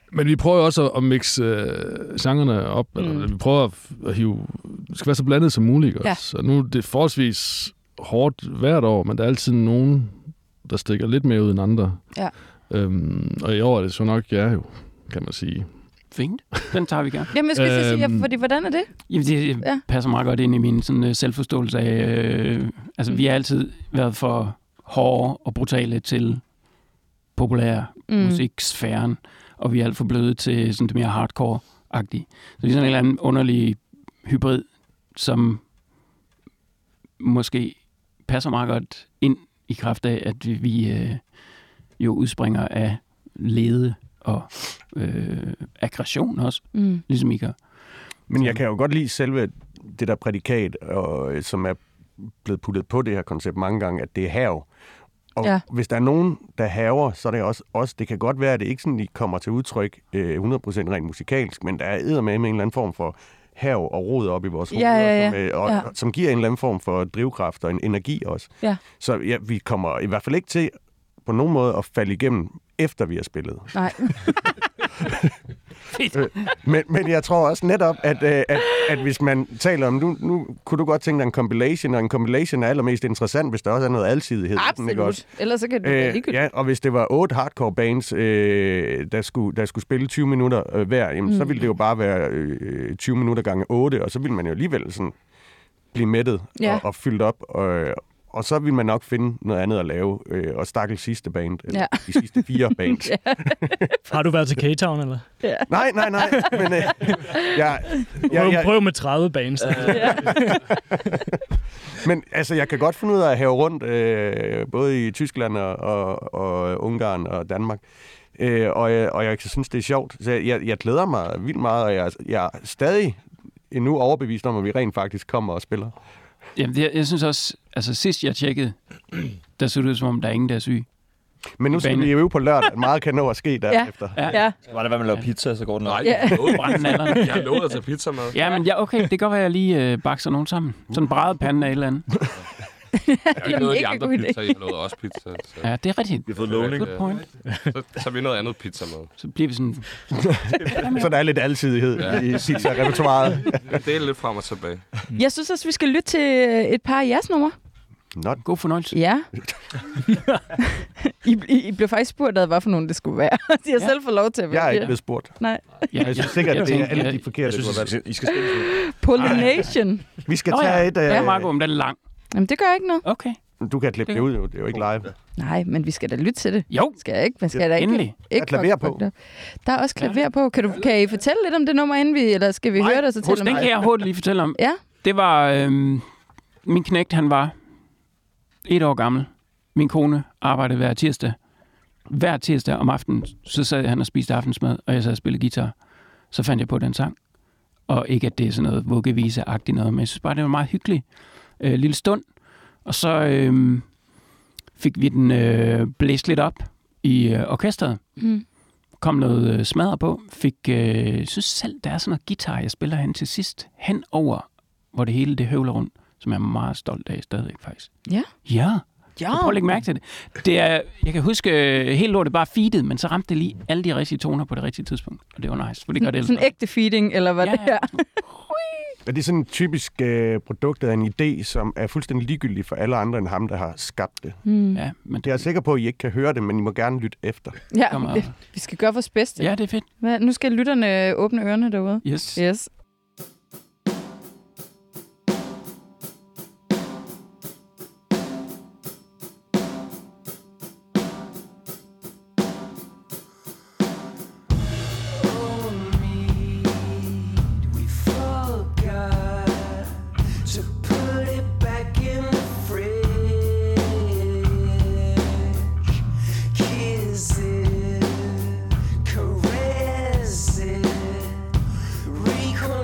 Men vi prøver også at mixe genrerne op, eller vi prøver at hive... Det skal være så blandet som muligt også. Og nu er det forholdsvis hårdt hvert år, men der er altid nogen, der stikker lidt mere ud end andre. Ja. Og i år er det så nok, jo, kan man sige. Fint. Den tager vi gerne. Jamen, jeg skal sige, fordi hvordan er det? Jamen, det passer meget godt ind i min sådan, selvforståelse af... vi har altid været for hårde og brutale til populær musiksfæren, og vi er alt for bløde til sådan det mere hardcore-agtige. Så det er sådan en eller anden underlig hybrid, som måske passer meget godt ind i kraft af, at vi jo udspringer af lede og aggression også, ligesom I gør. Men jeg kan jo godt lide selve det der prædikat, som er blevet puttet på det her koncept mange gange, at det er hav. Og hvis der er nogen, der haver, så er det også det kan godt være, at det ikke sådan, de kommer til udtryk 100% rent musikalsk, men der er eddermame en eller anden form for hav og rod op i vores hoveder, som giver en eller anden form for drivkraft og en energi også. Ja. Så vi kommer i hvert fald ikke til på nogen måde at falde igennem, efter vi har spillet. Nej. men jeg tror også netop, at hvis man taler om, nu kunne du godt tænke dig en compilation, og en compilation er allermest interessant, hvis der også er noget alsidighed. Absolut. Ikke også? Ellers så kan du ja, og hvis det var 8 hardcore bands, der skulle spille 20 minutter hver, jamen, så ville det jo bare være 20 minutter gange 8, og så ville man jo alligevel sådan blive mættet og fyldt op, og så vil man nok finde noget andet at lave, og stakkels sidste band, eller de sidste 4 bands. Har du været til K-Town, eller? Ja. Nej, men prøv med 30 bands. Men altså, jeg kan godt finde ud af at have rundt, både i Tyskland og Ungarn og Danmark. Og jeg synes, det er sjovt. Så jeg glæder mig vildt meget, og jeg er stadig endnu overbevist om, at vi rent faktisk kommer og spiller. Jamen, jeg synes også, altså sidst jeg tjekkede, der så det ud, som om der er ingen, der er syg. Men nu skal vi øve på lørdag, at meget kan nå at ske derefter. Ja. Så var det, hvad man laver pizza, så går den Nej, jeg har lovet at tage pizza med. Ja, men okay, det kan godt være, at jeg lige bakser nogen sammen. Sådan en brædepande af et eller andet. Jeg har ikke noget af de andre pizza, jeg har lovet også pizza. Så. Ja, det er rigtigt. Vi har fået lovning. Good point. Så har vi noget andet pizza med. Så bliver vi sådan... Så der er lidt alsidighed i pizza-repertoireet. Det er lidt frem og tilbage. Jeg synes også, vi skal lytte til et par af jeres numre. God fornøjelse. Ja. I blev faktisk spurgt, hvad for nogen det skulle være. De har selv fået lov til at være. Jeg er ikke blevet spurgt. Nej. Jeg synes sikkert, at det er alle de forkerte. Jeg synes, I skal spille. Pollination. Vi skal tage et... Ja, Marco, om den er lang. Jamen, det gør ikke noget. Okay. Du kan klippe det ud, jo. Det er jo ikke live. Nej, men vi skal da lytte til det. Jo. Skal jeg ikke? Man skal da ikke. Endelig. Der er klaver på. Der er også klaver på. Kan I fortælle lidt om det nummer, inden vi... Eller skal vi høre det, og så tælle om den kan jeg hurtigt lige fortælle om. Ja. Det var... min knægt, han var 1 år gammel. Min kone arbejdede hver tirsdag. Hver tirsdag om aftenen, så sad han og spiste aftensmad, og jeg sad og spillede guitar. Så fandt jeg på den sang. Og ikke, at det er sådan noget vuggevise-agtigt noget, men jeg synes bare, det var meget hyggeligt. Lille stund. Og så fik vi den blæst lidt op i orkestret. Kom noget smadder på. Synes selv, der er sådan noget guitar, jeg spiller hen til sidst. Hen over, hvor det hele det høvler rundt, som jeg er meget stolt af stadigvæk faktisk. Ja? Ja. Prøv at lægge mærke til det. Det er, jeg kan huske, helt lortet bare feedet, men så ramte det lige alle de rigtige toner på det rigtige tidspunkt. Og det var nice, for det gør det sådan ægte feeding, eller hvad det er? Er det sådan et typisk produkt af en idé, som er fuldstændig ligegyldig for alle andre end ham, der har skabt det? Ja, men jeg er sikker på, at I ikke kan høre det, men I må gerne lytte efter. Ja, vi skal gøre vores bedste. Ja, det er fedt. Nu skal lytterne åbne ørerne derude. Yes. Recall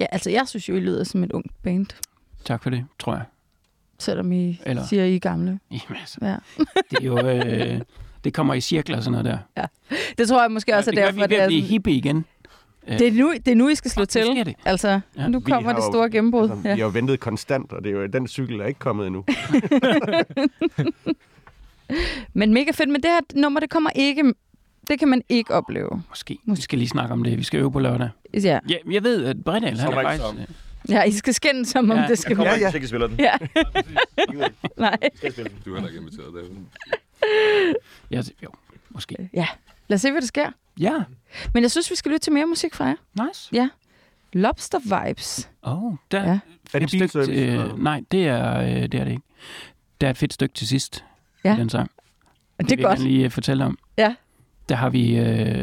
Ja, altså jeg synes jo, I lyder som et ungt band, Tak for det, tror jeg. selvom I Eller- siger, I er gamle. Jamen, altså, Ja. det er jo... det kommer i cirkler og sådan noget der. Det tror jeg måske også er det gør, derfor, vi er ved at blive sådan, hippie igen. det er nu, I skal slå Nu til. sker det. Altså, Ja. nu Vi kommer har det jo- store gennembrud. Altså, vi har jo ventet konstant, og det er jo, den cykel er ikke kommet endnu. Men mega fedt, men det her nummer, det kommer ikke... Det kan man ikke opleve. Måske. Vi skal lige snakke om det. Vi skal øve på lørdag. Ja, Ja, jeg ved, at Bredal, han Kommer er ikke faktisk... ja I skal skændes som om Ja, det skal Jeg kommer være. ikke, hvis ikke I spiller den. Ja. Nej. Skal jeg spille den? Du er heller ikke inviteret, David. Ja, jo, måske. Ja. Lad os se, hvad der sker. Ja, Men jeg synes, vi skal lytte til mere musik fra jer. nice. Lobster Vibes. Der Ja. Er det fedt stykke, bilservice? nej, det er det ikke. Der er et fedt stykke til sidst Ja. i den sang. Det vil er jeg godt. gerne lige fortælle om. Ja. Der har vi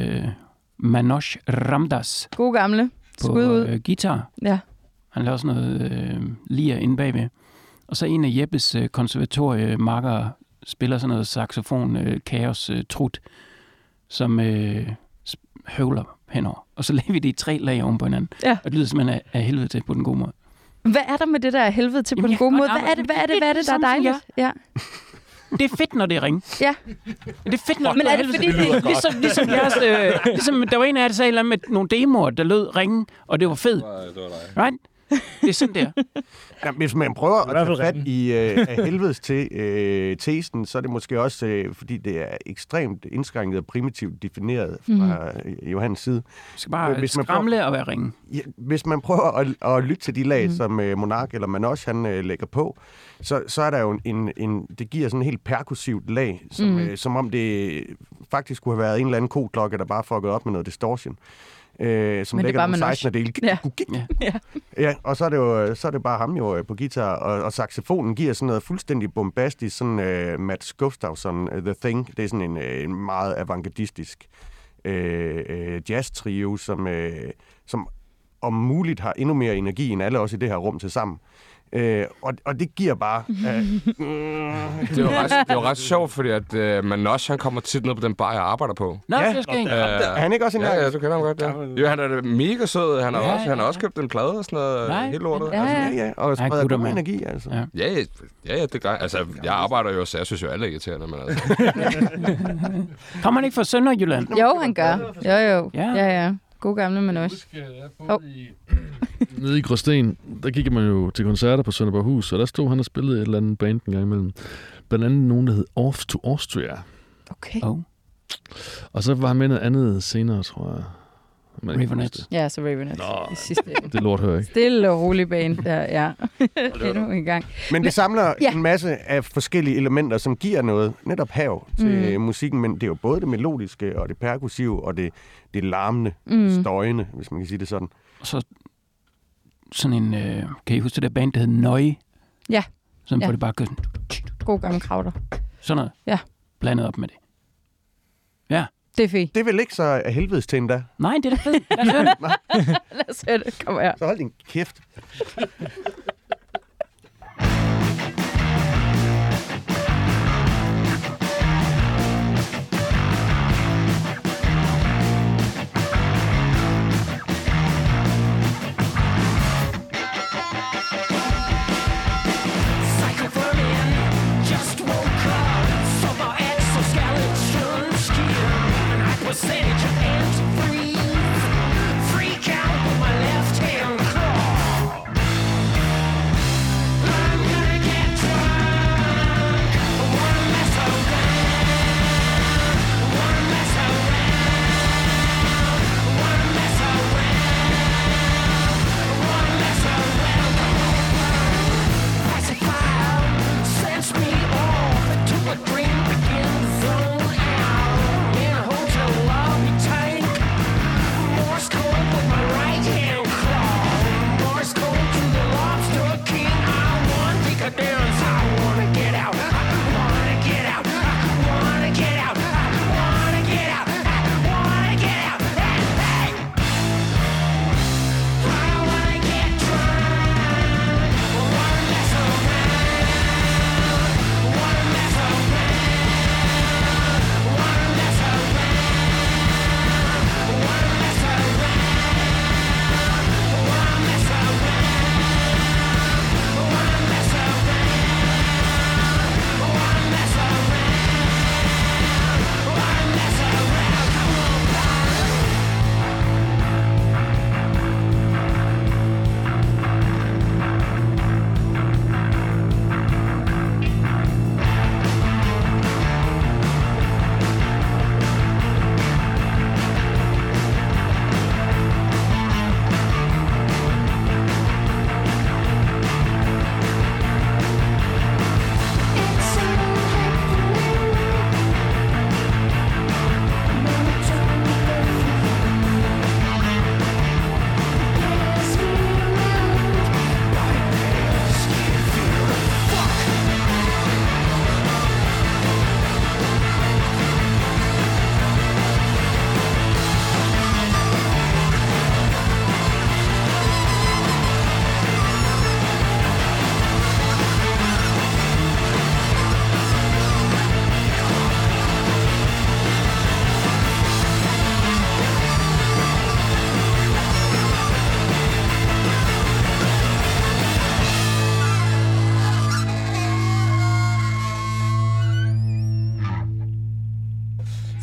Manoj Ramdas God gamle. på Skud ud. guitar. Ja. Han laver sådan noget lir inde bagved. Og så en af Jeppes konservatoriemarkere spiller sådan noget saxofon, kaos, trut, som høvler henover. Og så lægger vi det i 3 lag oven på hinanden. Ja. Og det lyder simpelthen af helvede til på den gode måde. Hvad er der med det der helvede til på Jamen, den jeg gode kan måde? godt Hvad er det, der er Samme som dejligt? Ja. Det er fedt, når det ringer. Ja. Det er fedt, når Men er det helvede fordi, til. Ligesom jeres... ligesom, der var en af jer, der sagde med nogle demoer, der lød ringe, og det var fedt. Det var dig. Right? Det er sådan der. Ja, hvis man prøver I hvert at fald tage fat ringe. i af helvedes til testen, så er det måske også, fordi det er ekstremt indskrænket og primitivt defineret fra Johannes side. Det skal bare Hvis man skramle og være ringe. Ja, hvis man prøver at lytte til de lag, som Monark eller Manoj han lægger på, så er der jo det giver sådan en helt perkussivt lag, som om det faktisk skulle have været en eller anden koklokke, der bare fuckede op med noget distortion. Som det er lægger bare nogle Manoj. 16 dele. Ja. Ja. Ja, og så er det bare ham jo på guitar, og saxofonen giver sådan noget fuldstændig bombastisk, sådan Mats Gustafsson, The Thing. Det er sådan en meget avantgardistisk jazz-trio, som om muligt har endnu mere energi end alle os i det her rum til sammen. Og det giver bare... Det er jo ret sjovt, fordi at Manoj, han kommer tit ned på den bar, jeg arbejder på. Nå, Ja. det skal ikke. Er han ikke også en Ja, du kender ham godt, ja. Jo, han er mega sød. Han har også købt en plade og sådan noget. Nej. Helt lortet. Ja, Ja, og Ej, spreder gutter, god mand. energi, altså. Ja. Ja, det gør. Altså, jeg arbejder jo, så jeg synes jo, alle er irriterende, men altså... Kommer han ikke fra Sønderjylland? Jo, han gør. Jo. Ja. Ja. God gamle Manoj. Nede i Gråsten, der gik man jo til koncerter på Sønderborghus, og der stod han og spillede et eller andet band en gang imellem. Blandt andet nogen, der hed Off to Austria. Okay. Oh. Og så var han med noget andet senere, tror jeg. Man kan ikke Ravenet. huske det. Ja, så Ravenet i sidste ende. Det lort hører jeg ikke. Stille og rolig bane der, ja. Endnu en gang. Men det samler Ja. en masse af forskellige elementer, som giver noget netop hav til musikken, men det er jo både det melodiske, og det perkussive, og det larmende, støjende, hvis man kan sige det sådan. Og så sådan en... kan I huske det der band, der hed Nøje? Ja. Sådan Ja. får det bare kørt God gammel krauter. sådan noget. Ja. Blandet op med det. Ja. Det er fedt. Det er vel ikke så af helvedes til endda. Nej, det er da fedt. Lad os høre det. Lad os høre det. Kom her. Så hold din kæft. Percentage of antifreeze, freak out with my left hand claw.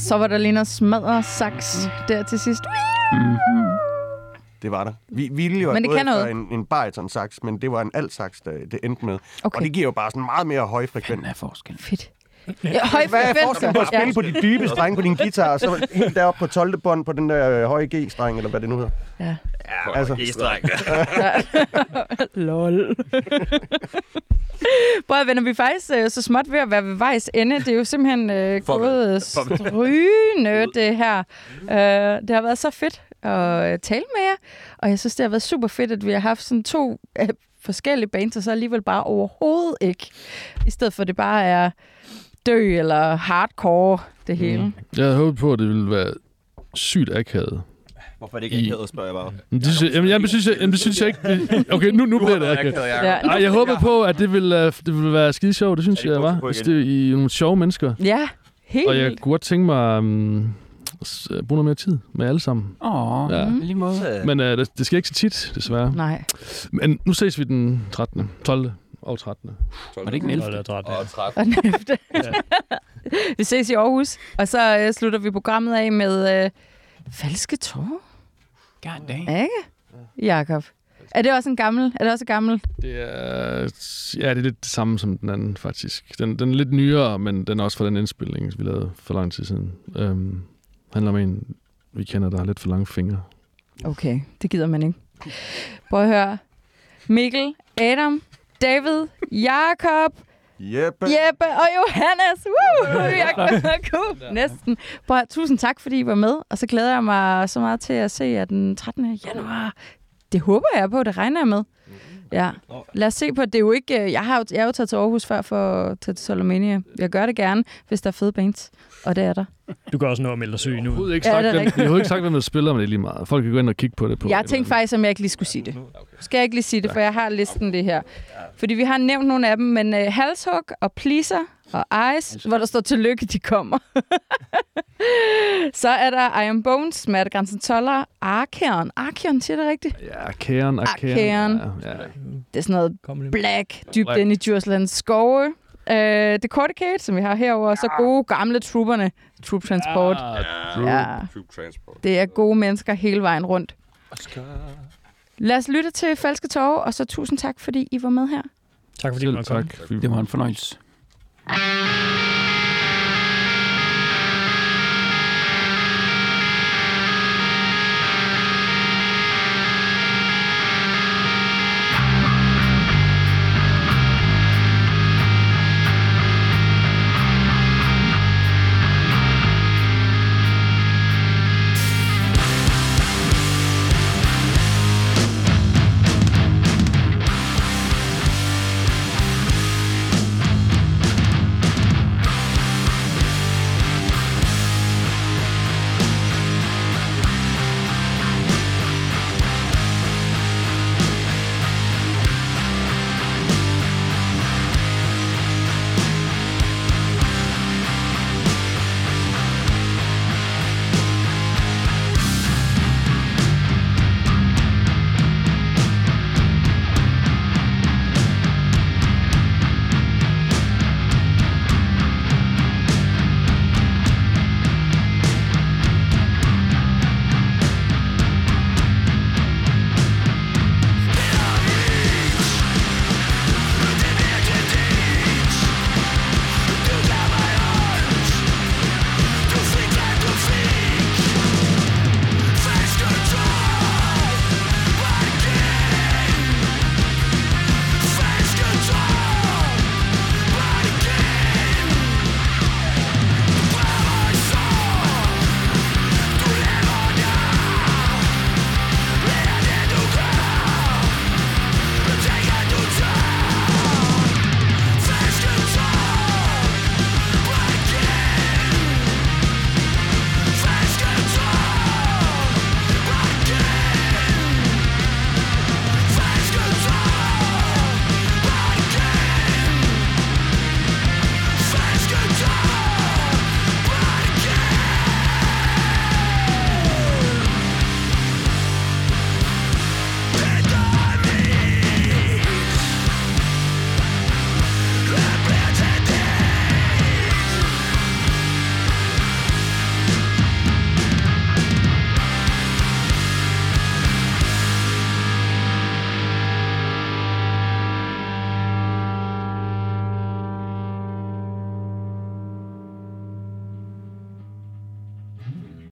så var der lige noget smadret sax der til sidst. Det var der. Vi ville jo Men det kan noget. en bariton-sax, men det var en alt-sax, det endte med. Okay. Og det giver jo bare sådan meget mere højfrekvent. Hvad er forskellen? Fedt. Ja, høj Hvad er frekvens. forskellen på at spille på de dybe strenge på din guitar, og så helt deroppe på 12. bånd på den der høje G-streng, eller hvad det nu hedder? Ja. Altså. G-streng. Lol. Prøv at venner, vi er faktisk så småt ved at være ved vejs ende. Det er jo simpelthen gået strygende, det her. Det har været så fedt at tale med jer, og jeg synes, det har været super fedt, at vi har haft sådan 2 forskellige bands, og så alligevel bare overhovedet ikke. I stedet for, at det bare er dø eller hardcore, det hele. Jeg havde håbet på, at det ville være sygt akavet. Hvorfor er det ikke akavet, spørger jeg bare. Det synes jeg ikke. Okay, nu bliver det akavet. Ja. Jeg håbede på, at det ville være skide sjovt. Det synes jeg var. Hvis det er i nogle sjove mennesker. Ja, helt Og jeg kunne godt tænke mig bruge noget mere tid med alle sammen. Ja. Lige måde. Men det skal ikke så tit, desværre. Nej. Men nu ses vi den 13., 12. og 13. Var det ikke den 11? Eller 13. Og 13. Og den efter. Vi ses i Aarhus, og så slutter vi programmet af med Falske Tårer. God damn. Ikke, Jakob? Er det også gammel? Det er lidt det samme som den anden, faktisk. Den er lidt nyere, men den er også fra den indspilning, vi lavede for lang tid siden. Handler om en, vi kender, der har lidt for lange fingre. Okay, det gider man ikke. Prøv at høre. Mikkel, Adam, David, Jakob, Jeppe og Johannes. Jeg kunne næsten. Prøv at, tusind tak, fordi I var med. Og så glæder jeg mig så meget til at se jer den 13. januar. Det håber jeg på, det regner jeg med. Ja. Lad os se på, det er jo ikke... Jeg har jo taget til Aarhus før for at tage til Solomania. Jeg gør det gerne, hvis der er fede bands. Og det er der. Du kan også nå at melde dig syg nu. Jeg har ikke sagt, hvem der spiller, men det er lige meget. Folk kan gå ind og kigge på det. Jeg tænkte faktisk, om jeg ikke lige skulle sige det. Skal jeg ikke lige sige det, for jeg har listen det her. Fordi vi har nævnt nogle af dem, men Halshug og Pleaser og Ice, hvor der står tillykke, de kommer. Så er der Iron Bones, Smertegrænsen Toller, Archeon. Archeon, siger det rigtigt? Ja, Archeon. Ja. Det er sådan noget black, dybt inde i Djurslands skove. Decorticate, som vi har herover, og så gode gamle trooperne. Troop Transport. Troop Transport. Det er gode mennesker hele vejen rundt. Lad os lytte til Falske Tårer, og så tusind tak, fordi I var med her. Tak fordi du måtte komme. Tak. Det var en fornøjelse.